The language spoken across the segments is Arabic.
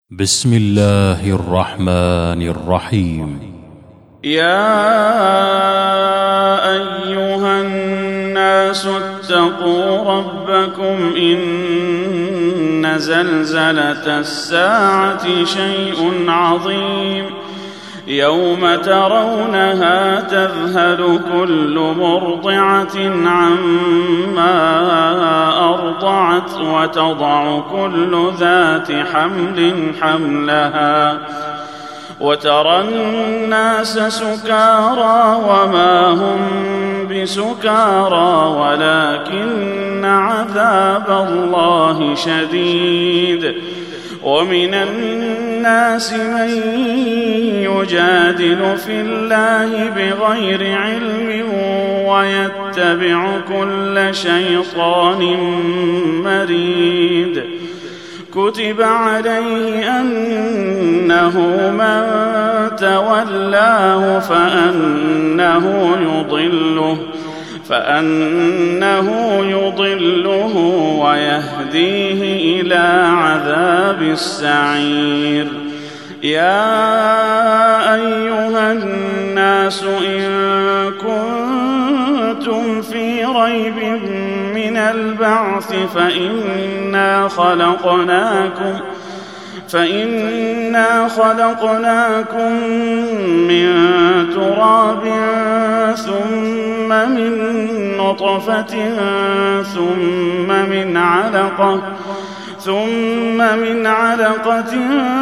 بسم الله الرحمن الرحيم. يا أيها الناس اتقوا ربكم إن زلزلة الساعة شيء عظيم يوم ترونها تذهل كل مرضعة عما أرضعت وتضع كل ذات حمل حملها وترى الناس سكارى وما هم بسكارى ولكن عذاب الله شديد. ومن الناس من يجادل في الله بغير علم ويتبع كل شيطان مريد. كتب عليه أنه من تولاه فأنه يضله ويهديه إلى عذاب السعير. يا أيها الناس إن كنتم في ريب من البعث فإنا خلقناكم من تراب ثم من نطفة ثم من علقة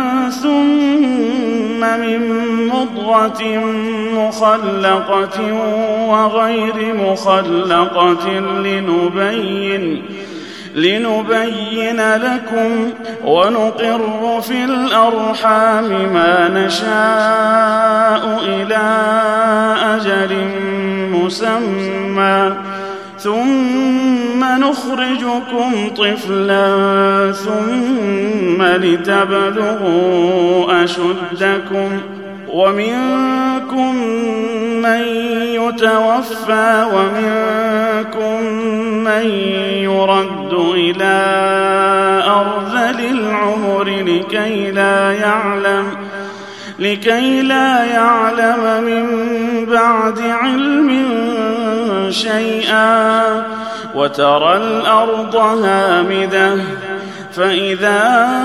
ثم من مضغة مخلقة وغير مخلقة لنبين لكم ونقر في الأرحام ما نشاء إلى أجل مسمى ثم نخرجكم طفلا ثم لتبلغوا أشدكم ومنكم من يتوفى ومنكم من يرد إلى أرذل العمر لكي لا يعلم من بعد علم شيئا. وترى الأرض هامدة فإذا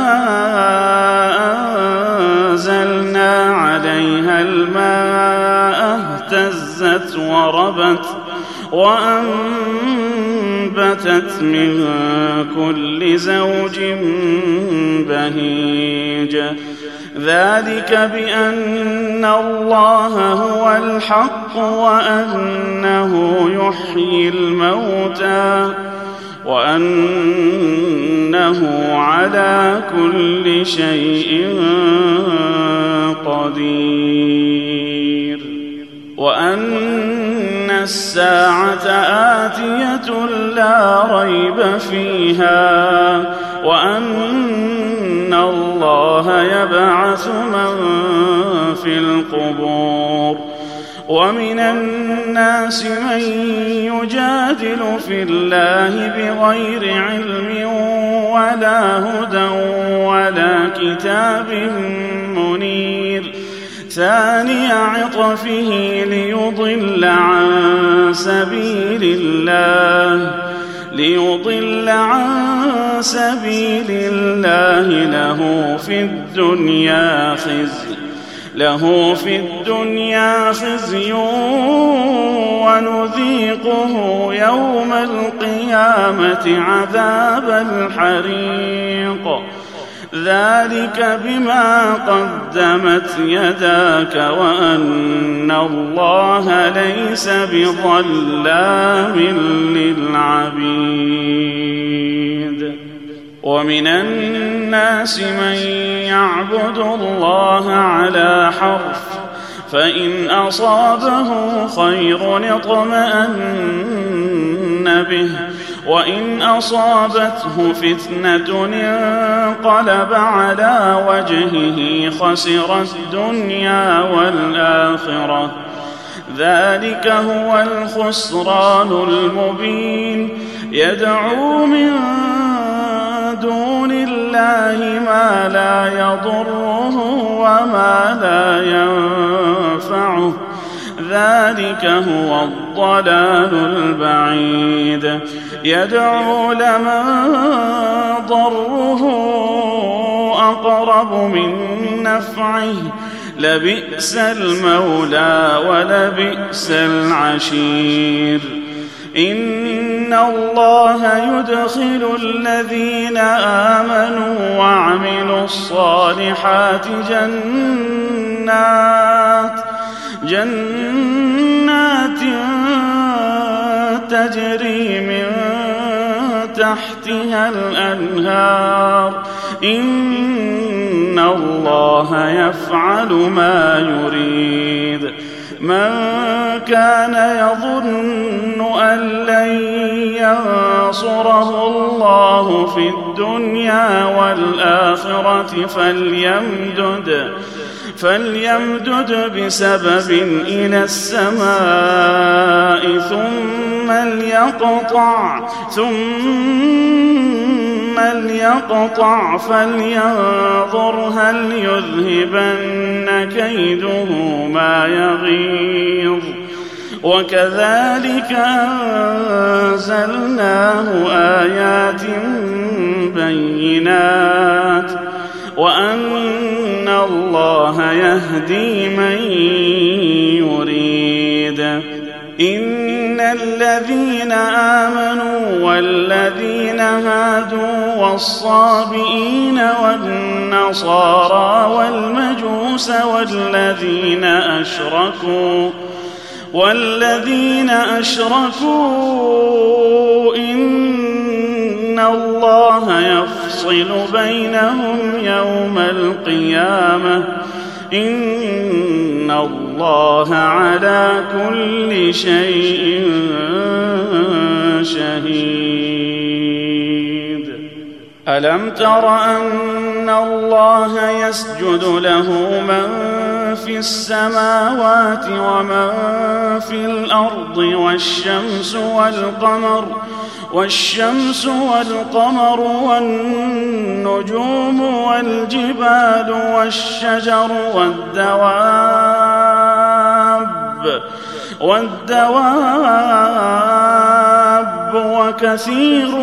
أنزلنا عليها الماء اهتزت وربت وأنبتت من كل زوج بهيج. ذلك بأن الله هو الحق وأنه يحيي الموتى وأنه على كل شيء قدير وأن الساعة آتية لا ريب فيها وأن الله يبعث من في القبور. ومن الناس من يجادل في الله بغير علم ولا هدى ولا كتاب منير. ثاني عطفه ليضل عن سبيل الله له في الدنيا خزي ونذيقه يوم القيامة عذاب الحريق. ذلك بما قدمت يداك وأن الله ليس بظلام للعبيد. ومن الناس من يعبد الله على حرف فإن أصابه خير اطمأن به وإن أصابته فتنة انقلب على وجهه خسر الدنيا والآخرة. ذلك هو الخسران المبين. يدعو من دون الله ما لا يضره وما لا ينفعه، ذلك هو الضلال البعيد. يدعو لمن ضره أقرب من نفعه، لبئس المولى ولبئس العشير. إن الله يدخل الذين آمنوا وعملوا الصالحات جنات تجري من تحتها الأنهار، إن الله يفعل ما يريد. من كان يظن أن لن ينصره الله في الدنيا والآخرة فليمدد بسبب إلى السماء ثم ليقطع فلينظر هل يذهبن كيده ما يغيظ. وكذلك أنزلناه آيات بينات وأن الله يهدي من يريد. إن الذين آمنوا والذين هادوا والصابئين والنصارى والمجوس والذين أشركوا إن الله يفصل بينهم يوم القيامة، إن الله على كل شيء شهيد. ألم تر أن الله يسجد له من في السماوات ومن في الأرض والشمس والقمر والنجوم والجبال والشجر والدواب وكثير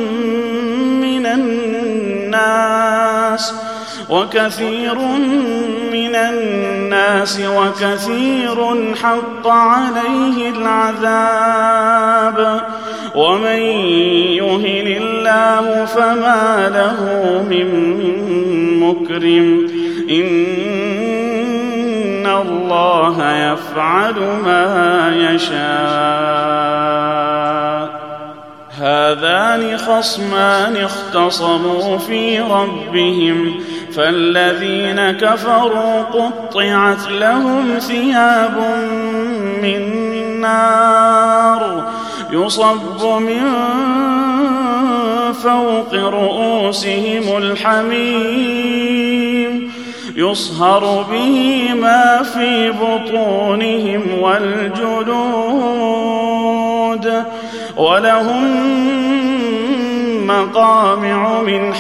من الناس وكثير حق عليه العذاب. ومن يهن الله فما له من مكرم، إن الله يفعل ما يشاء. هذان خصمان اختصموا في ربهم، فالذين كفروا قطعت لهم ثياب من نار يصب من فوق رؤوسهم الحميم، يصهر به ما في بطونهم والجلود، ولهم مقامع من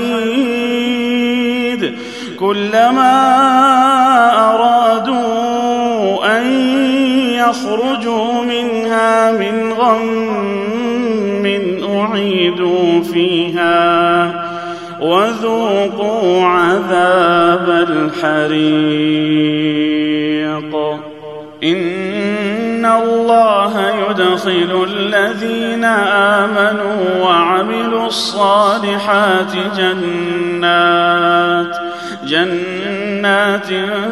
حديد، كلما أرادوا أن يخرجوا منها من غم أعيدوا فيها وذوقوا عذاب الحريق. إن الله يدخل الذين آمنوا وعملوا الصالحات جنات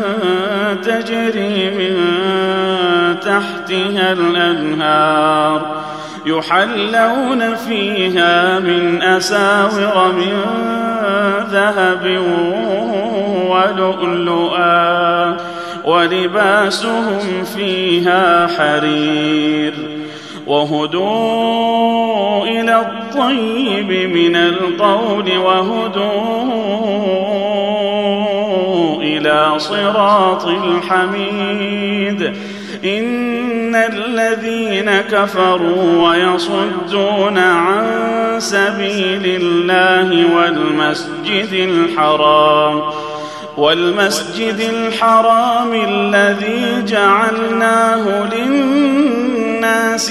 تجري من تحتها الأنهار، يحلون فيها من أساور من ذهب ولؤلؤا، ولباسهم فيها حرير، وهدوا إلى الطيب من القول وهدوا إلى صراط الحميد. إن الذين كفروا ويصدون عن سبيل الله والمسجد الحرام الذي جعلناه للناس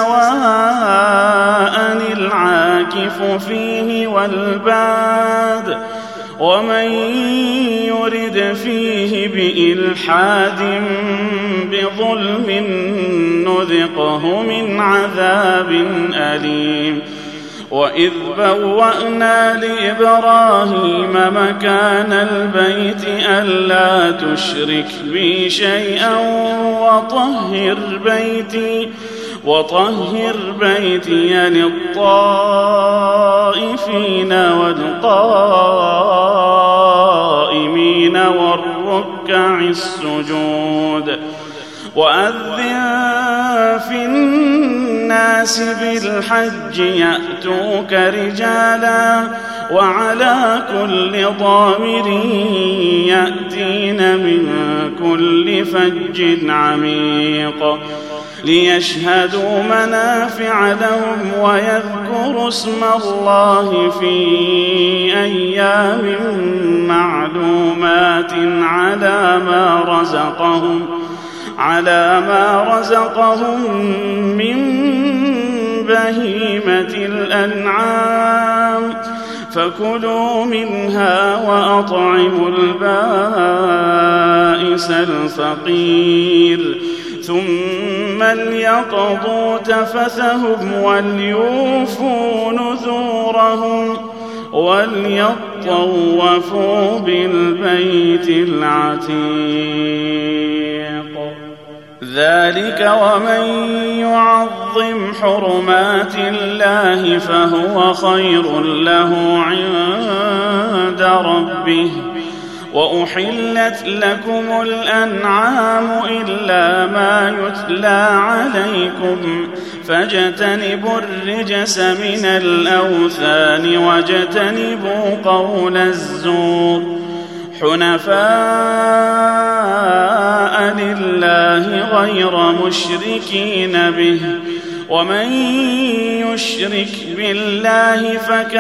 سواء العاكف فيه والباد ومن يرد فيه بإلحاد بظلم نذقه من عذاب أليم وإذ بوأنا لإبراهيم مكان البيت ألا تشرك بي شيئا وطهر بيتي للطائفين والقائمين والركع السجود وأذن في الناس بالحج يأتوك رجالا وعلى كل ضامر يأتين من كل فج عميق ليشهدوا منافع لهم ويذكروا اسم الله في أيام معلومات على ما رزقهم من بهيمة الأنعام فكلوا منها وأطعموا البائس الفقير ثم ليقضوا تفثهم وليوفوا نذورهم وليطوفوا بالبيت العتيق ذلك ومن يعظم حرمات الله فهو خير له عند ربه وأحلت لكم الأنعام إلا ما يتلى عليكم فاجتنبوا الرجس من الأوثان واجتنبوا قول الزور حنفاء لله غير مشركين به ومن يشرك بالله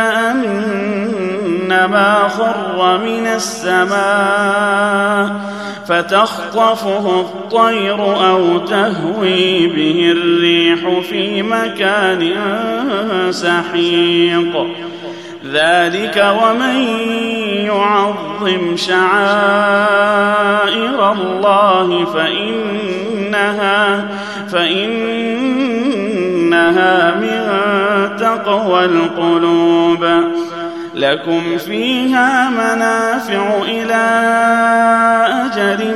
فكأنما خر من السماء فتخطفه الطير أو تهوي به الريح في مكان سحيق ذلك ومن يعظم شعائر الله فإنها من تقوى القلوب لكم فيها منافع إلى أجل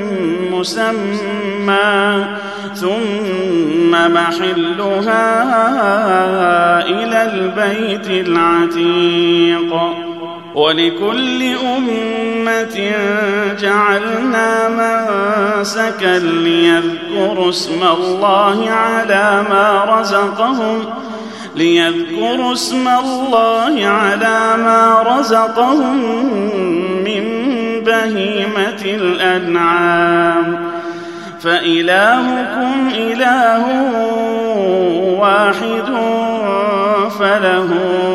مسمى ثم محلها إلى البيت العتيق ولكل أمة جعلنا منسكا ليذكروا اسم الله على ما رزقهم من بهيمة الأنعام فإلهكم إله واحد فله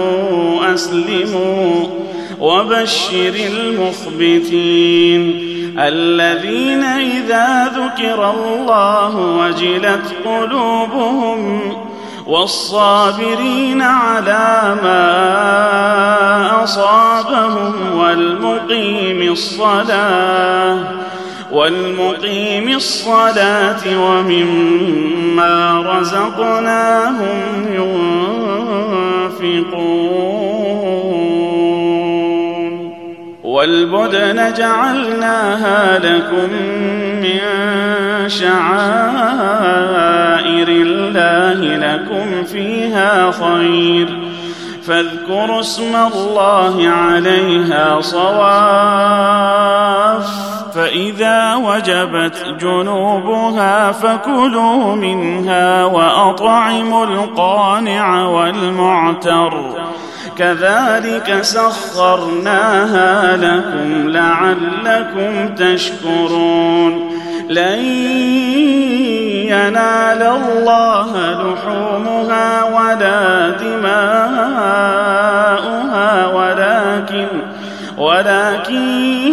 أسلموا وبشر المخبتين الذين إذا ذكر الله وجلت قلوبهم والصابرين على ما أصابهم والمقيم الصلاة ومما رزقناهم ينفقون والبدن جعلناها لكم من شعائر الله لكم فيها خير فاذكروا اسم الله عليها صواف فإذا وجبت جنوبها فكلوا منها وأطعموا القانع والمعتر كذلك سخرناها لكم لعلكم تشكرون لن ينال الله لحومها ولا دماؤها ولكن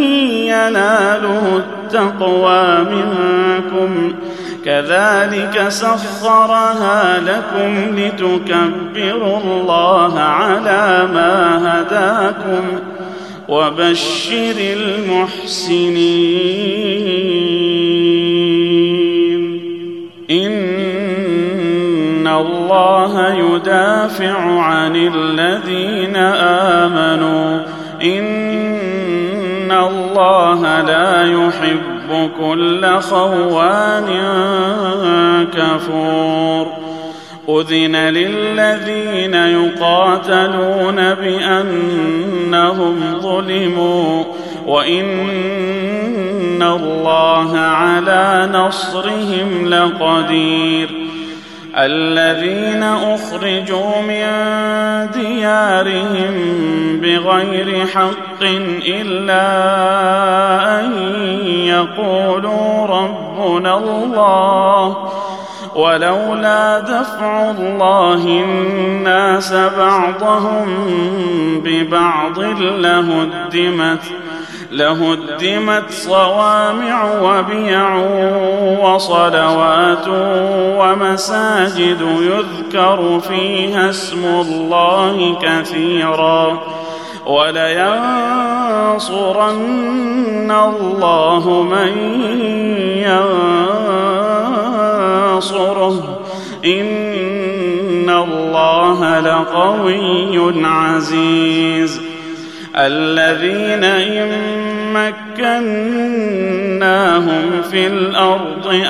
يناله التقوى منكم كذلك سخرها لكم لتكبروا الله على ما هداكم وبشر المحسنين إن الله يدافع عن الذين آمنوا إن الله لا يحب كل خوان كفور أذن للذين يقاتلون بأنهم ظلموا وإن الله على نصرهم لقدير الذين أخرجوا من ديارهم بغير حق إلا أن يقولوا ربنا الله ولولا دفع الله الناس بعضهم ببعض لهدمت صوامع وبيع وصلوات ومساجد يذكر فيها اسم الله كثيرا ولينصرن الله من ينصره إن الله لقوي عزيز الذين إن مكناهم في الأرض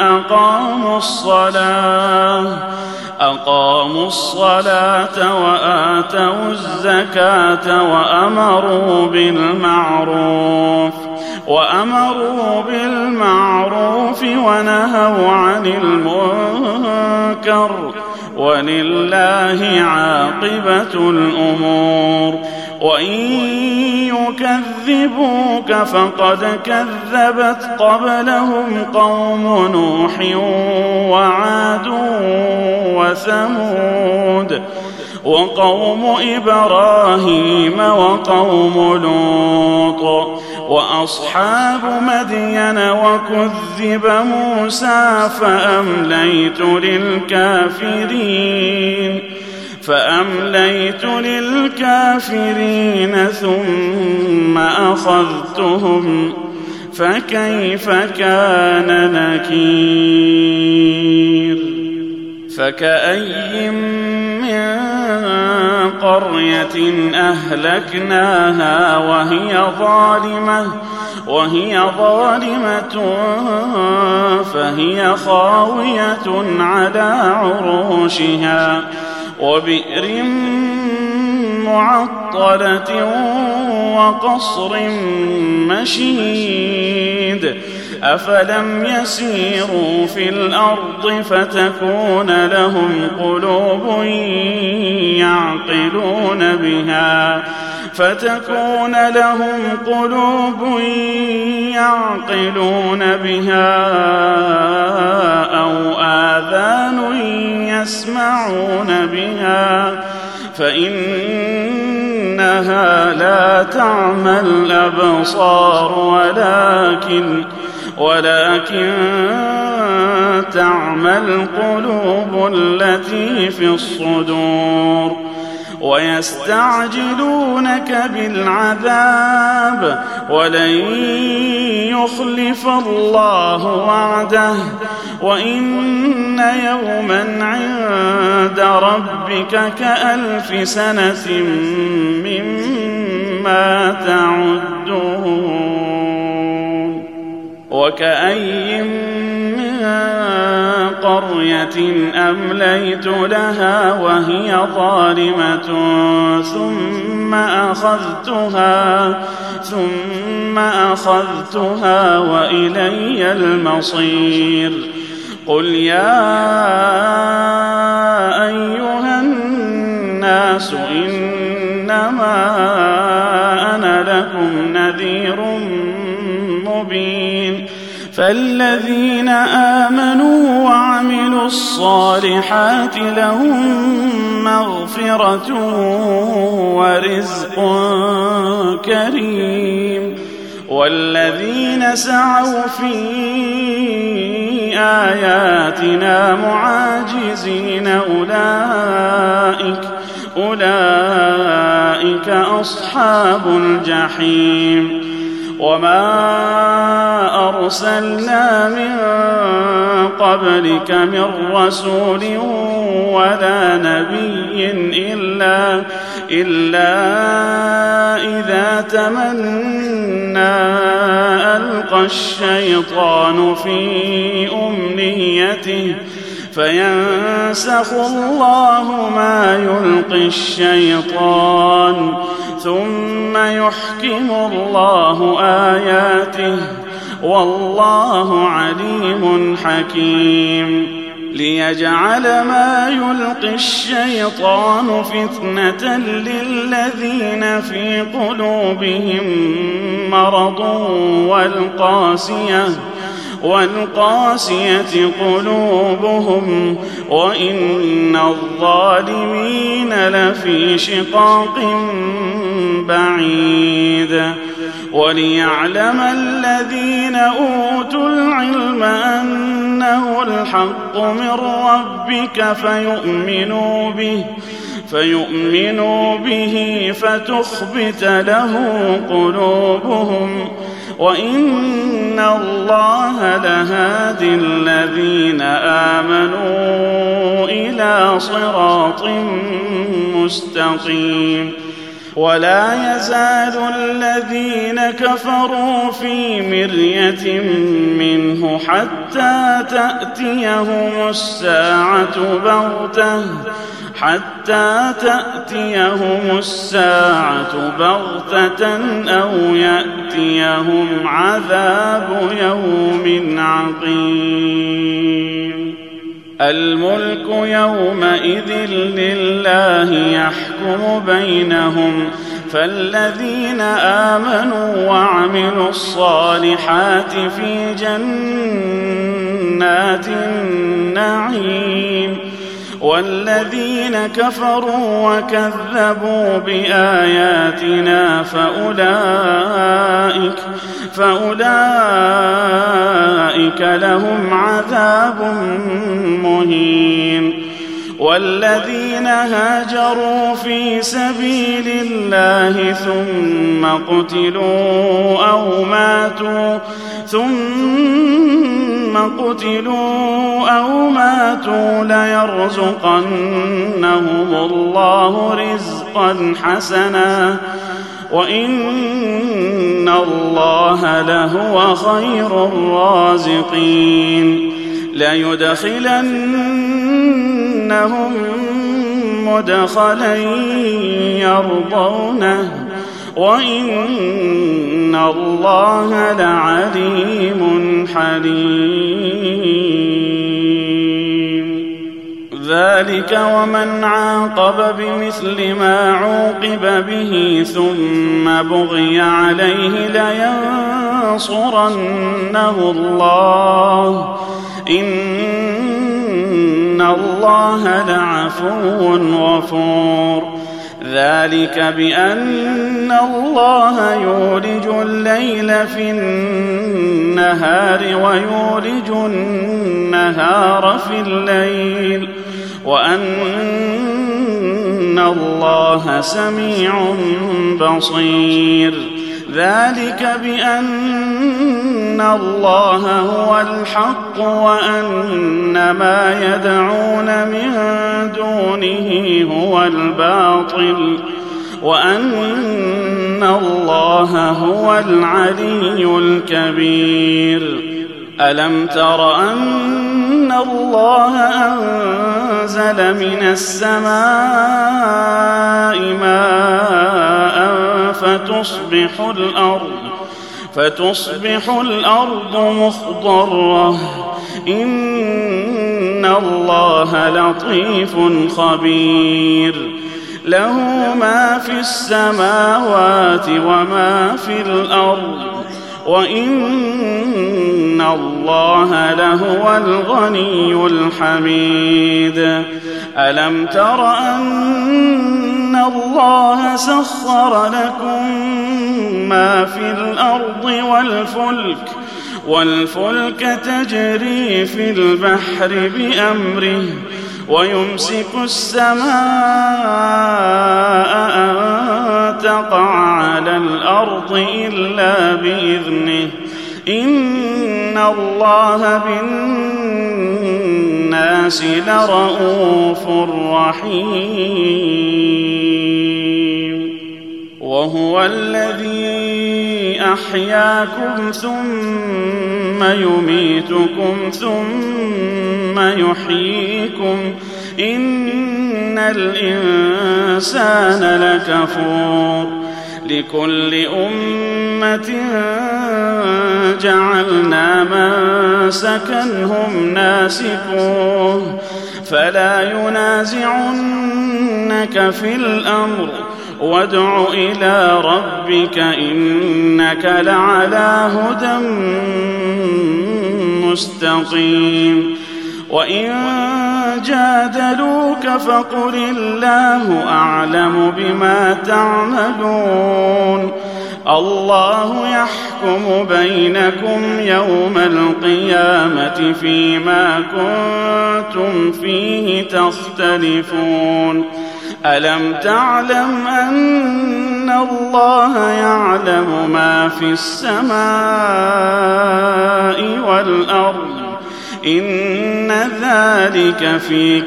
أقاموا الصلاة وآتوا الزكاة وأمروا بالمعروف ونهوا عن المنكر ولله عاقبة الأمور وإن يكذبوك فقد كذبت قبلهم قوم نوح وعاد وثمود وقوم إبراهيم وقوم لوط وأصحاب مدين وكذب موسى فأمليت للكافرين ثم أخذتهم فكيف كان نكير فكأي من قرية أهلكناها وهي ظالمة فهي خاوية على عروشها وبئر معطلة وقصر مشيد أفلم يسيروا في الأرض فتكون لهم قلوب يعقلون بها أو آذان يسمعون بها فإنها لا تعمى الأبصار ولكن تعمى القلوب التي في الصدور ويستعجلونك بالعذاب ولن يخلف الله وعده وإن يوما عند ربك كألف سنة مما تعدون وكأي من قرية أمليت لها وهي ظالمة ثم أخذتها وإلي المصير قل يا أيها الناس إن إنما أنا لكم نذير مبين. فالذين آمنوا وعملوا الصالحات لهم مغفرة ورزق كريم. والذين سعوا في آياتنا معاجزين أولئك أصحاب الجحيم. وما أرسلنا من قبلك من رسول ولا نبي إلا إذا تمنى ألقى الشيطان في أمنيته فينسخ الله ما يلقي الشيطان ثم يحكم الله آياته والله عليم حكيم. ليجعل ما يلقي الشيطان فتنة للذين في قلوبهم مرض والقاسية قلوبهم وإن الظالمين لفي شقاق بعيد. وليعلم الذين أوتوا العلم أنه الحق من ربك فيؤمنوا به فتخبت له قلوبهم وإن الله لهادي الذين آمنوا إلى صراط مستقيم. ولا يزال الذين كفروا في مرية منه حتى تأتيهم الساعة بغتة أو يأتيهم عذاب يوم عقيم. الملك يومئذ لله يحكم بينهم فالذين آمنوا وعملوا الصالحات في جنات النعيم والذين كفروا وكذبوا بآياتنا فأولئك لهم عذاب مهين. والذين هاجروا في سبيل الله ثم قتلوا أو ماتوا ليرزقنهم الله رزقا حسنا وإن الله لهو خير الرازقين. ليدخلنهم مدخلا يرضونه وإن الله لعليم حليم. ذلك ومن عاقب بمثل ما عوقب به ثم بغي عليه لينصرنه الله إن الله لعفو غفور. ذلك بأن الله يولج الليل في النهار ويولج النهار في الليل وأن الله سميع بصير. ذلك بأن الله هو الحق وأن ما يدعون من دونه هو الباطل وأن الله هو العلي الكبير. ألم تر أن الله أنزل من السماء ماء فتصبح الأرض مخضرة إن الله لطيف خبير. له ما في السماوات وما في الأرض وإن الله لهو الغني الحميد. ألم تر أن الله سخر لكم ما في الأرض والفلك تجري في البحر بأمره ويمسك السماء أن تقع على الأرض إلا بإذنه إن الله بالناس لرءوف رحيم. وهو الذي أحياكم ثم يميتكم ثم يحييكم إن الإنسان لكفور. لكل أمة جعلنا منسكا هم ناسكوه فلا ينازعنك في الأمر وادع إلى ربك إنك لعلى هدى مستقيم. وإن جادلوك فقل الله أعلم بما تعملون الله يحكم بينكم يوم القيامة فيما كنتم فيه تختلفون. ألم تعلم أن الله يعلم ما في السماء والأرض إن ذلك في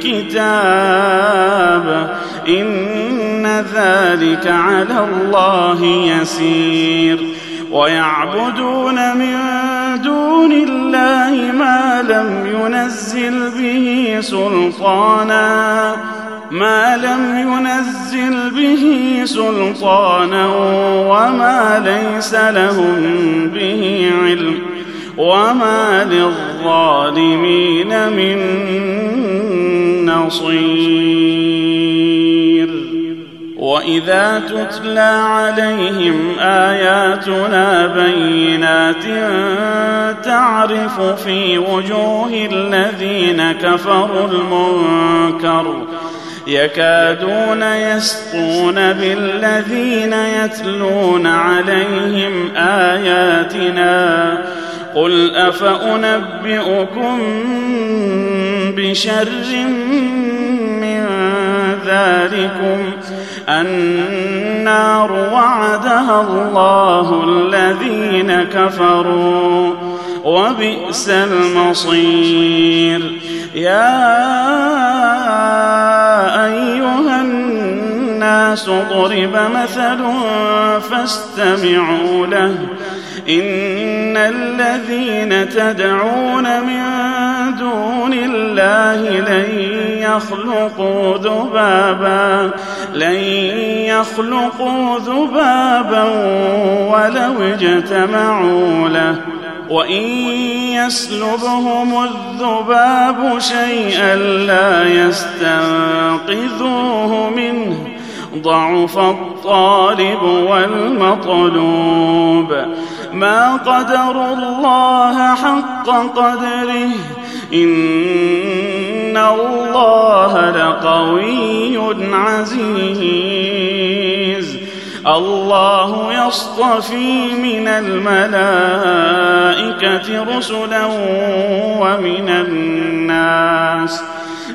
كتاب إن ذلك على الله يسير. ويعبدون من دون الله ما لم ينزل به سلطانا وما ليس لهم به علم وما للظالمين من نصير. وإذا تتلى عليهم آياتنا بينات تعرف في وجوه الذين كفروا المنكر يكادون يسطون بالذين يتلون عليهم آياتنا قل أفأنبئكم بشر من ذلكم النار وعدها الله الذين كفروا وبئس المصير. يا أيها الناس ضرب مثل فاستمعوا له إن الذين تدعون من دون الله لن يخلقوا ذبابا ولو اجتمعوا له وإن يسلبهم الذباب شيئا لا يستنقذوه منه ضعف الطالب والمطلوب. ما قدروا الله حق قدره إن الله لقوي عزيز. الله يصطفي من الملائكة رسلا ومن الناس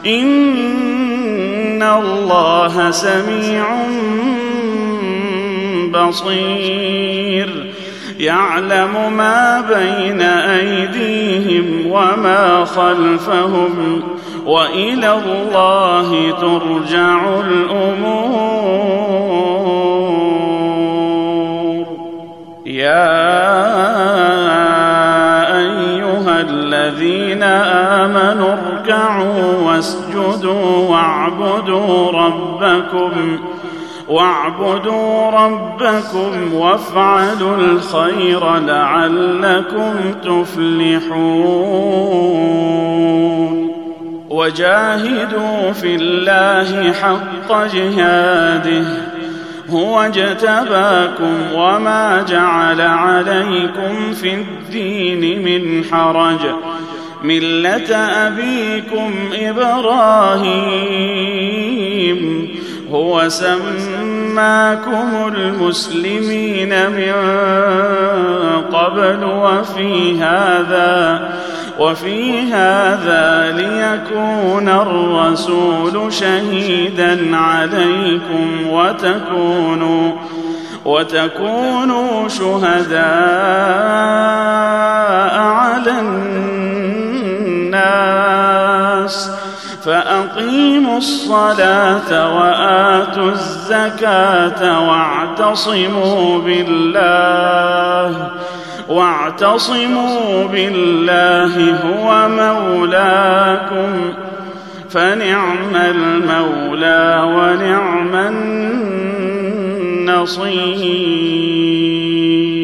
إن الله سميع بصير. يعلم ما بين أيديهم وما خلفهم وإلى الله ترجع الأمور. يا أيها الذين آمنوا اركعوا واسجدوا واعبدوا ربكم وافعلوا الخير لعلكم تفلحون. وجاهدوا في الله حق جهاده هو اجتباكم وما جعل عليكم في الدين من حرج ملة أبيكم إبراهيم هو سماكم المسلمين من قبل وفي هذا ليكون الرسول شهيدا عليكم وتكونوا شهداء على الناس فأقيموا الصلاة وآتوا الزكاة واعتصموا بالله هو مولاكم فنعم المولى ونعم النصير.